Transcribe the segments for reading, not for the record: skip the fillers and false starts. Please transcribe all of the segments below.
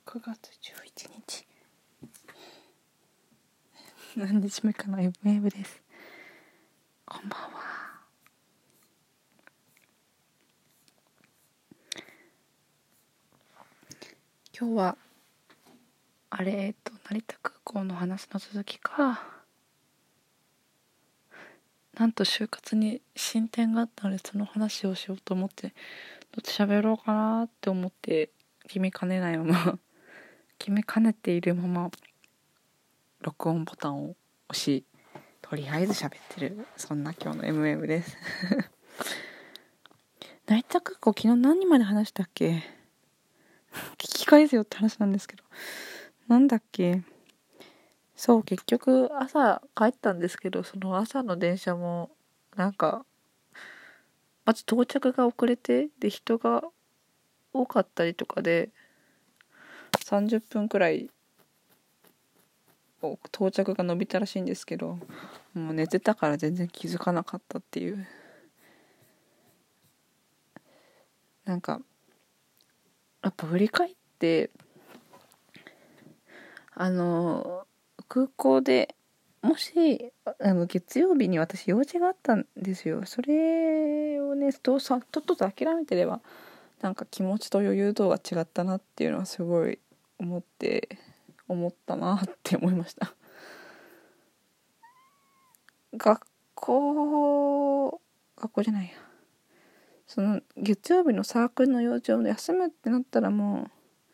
9月11日何日目かの M-Wave です。こんばんは。今日は成田空港の話の続きか。なんと就活に進展があったので、その話をしようと思って、どっち喋ろうかなって思って決めかねているまま録音ボタンを押し、とりあえず喋ってる、そんな今日の M-Wave です成田空港、昨日何まで話したっけ聞き返せよって話なんですけど、なんだっけ。そう、結局朝帰ったんですけど、その朝の電車もなんかまず到着が遅れて、で人が多かったりとかで30分くらい到着が伸びたらしいんですけど、もう寝てたから全然気づかなかったっていう。なんかやっぱ振り返って空港でもし月曜日に私用事があったんですよ。それをねとっとと諦めてればなんか気持ちと余裕度が違ったなっていうのはすごい思ったなって思いました学校じゃないや、その月曜日のサークルの用事を休むってなったらも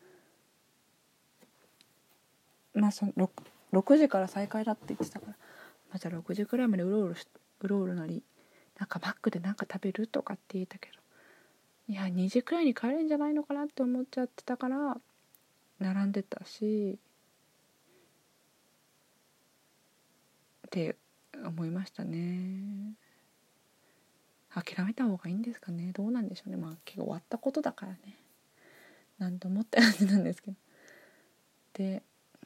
うその 6時から再開だって言ってたから、じゃあ6時くらいまでうろうろなり、なんかマックでなんか食べるとかって言ったけど、いや2時くらいに帰るんじゃないのかなって思っちゃってたから並んでたしって思いましたね。諦めた方がいいんですかね。どうなんでしょうね。結構終わったことだからね、なんともって感じなんですけど。で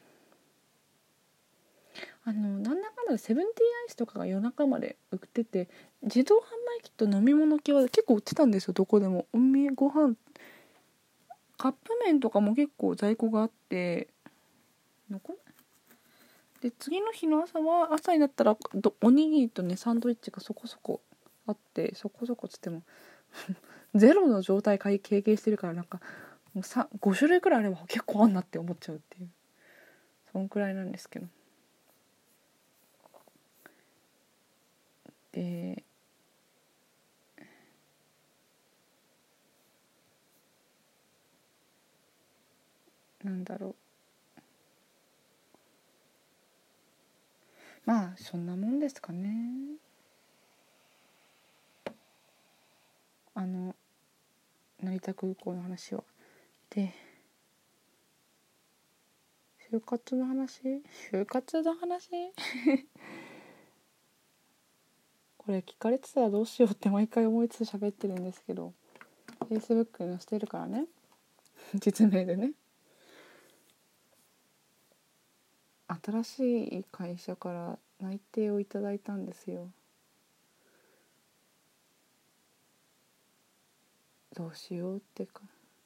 なんだかんだセブンティーンアイスとかが夜中まで売ってて、自動販売機と飲み物系は結構売ってたんですよ。どこでもご飯カップ麺とかも結構在庫があって、で次の日の朝になったらおにぎりとねサンドイッチがそこそこあって、そこそこつってもゼロの状態経験してるから、なんかもう5種類くらいあれば結構あんなって思っちゃうっていう、そんくらいなんですけど。でなんだろう、そんなもんですかね。成田空港の話は。で就活の話これ聞かれてたらどうしようって毎回思いつつ喋ってるんですけど、 Facebook に載せてるからね実名でね。新しい会社から内定をいただいたんですよ。どうしようってか、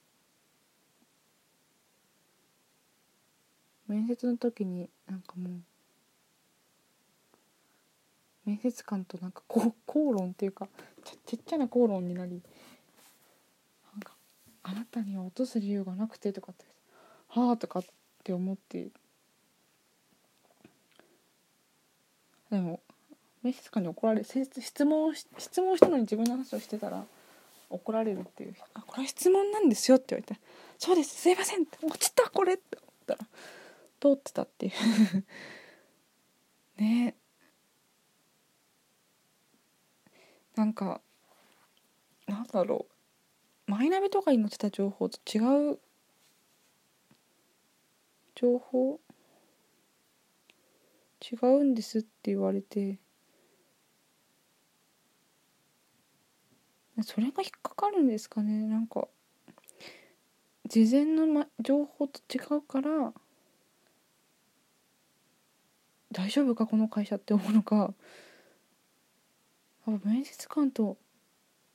面接の時になんかもう面接官となんか口論っていうかちっちゃな口論になり、なんかあなたには落とす理由がなくてとかってはあとかって思って、でも面接官に怒られ、質問したのに自分の話をしてたら怒られるっていう。これは質問なんですよって言われて、そうですすいませんって、落ちたこれって思ったら通ってたっていうね。なんかなんだろう、マイナビとかに載ってた情報と違う情報違うんですって言われて、それが引っかかるんですかね。なんか事前の、情報と違うから大丈夫かこの会社って思うのか、面接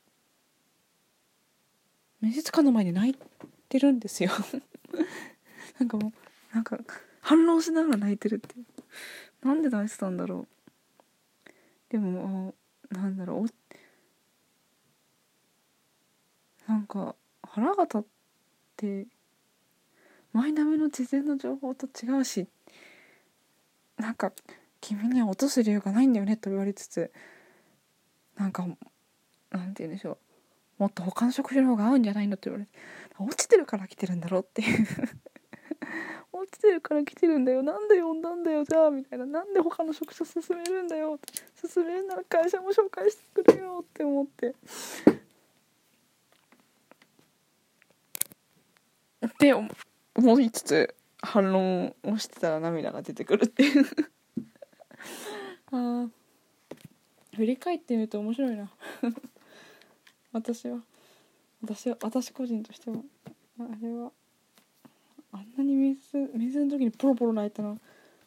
官の前で泣いてるんですよなんかもうなんか反論しながら泣いてるっていう、なんで泣いてたんだろう。でもなんだろう、なんか腹が立ってマイナビの事前の情報と違うし、なんか君には落とす理由がないんだよねと言われつつ、なんかなんて言うんでしょう、もっと他の食事の方が合うんじゃないのって言われて、落ちてるから来てるんだろっていう落ちてるから来てるんだよ、なんで呼んだんだよじゃあみたいな、なんで他の職種進めるんだよ、進めるなら会社も紹介してくれよって思ってって思いつつ反論をしてたら涙が出てくるっていうあ、振り返ってみると面白いな私個人としてはあれはあんなに水の時にポロポロ泣いたの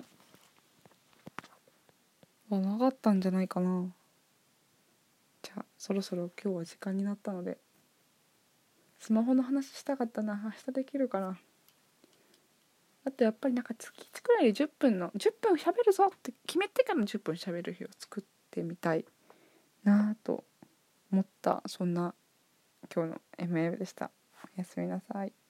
はなかったんじゃないかな。じゃあそろそろ今日は時間になったので、スマホの話したかったな。明日できるかな。あとやっぱりなんか月1くらいで10分喋るぞって決めてから10分喋る日を作ってみたいなと思った、そんな今日の MM でした。おやすみなさい。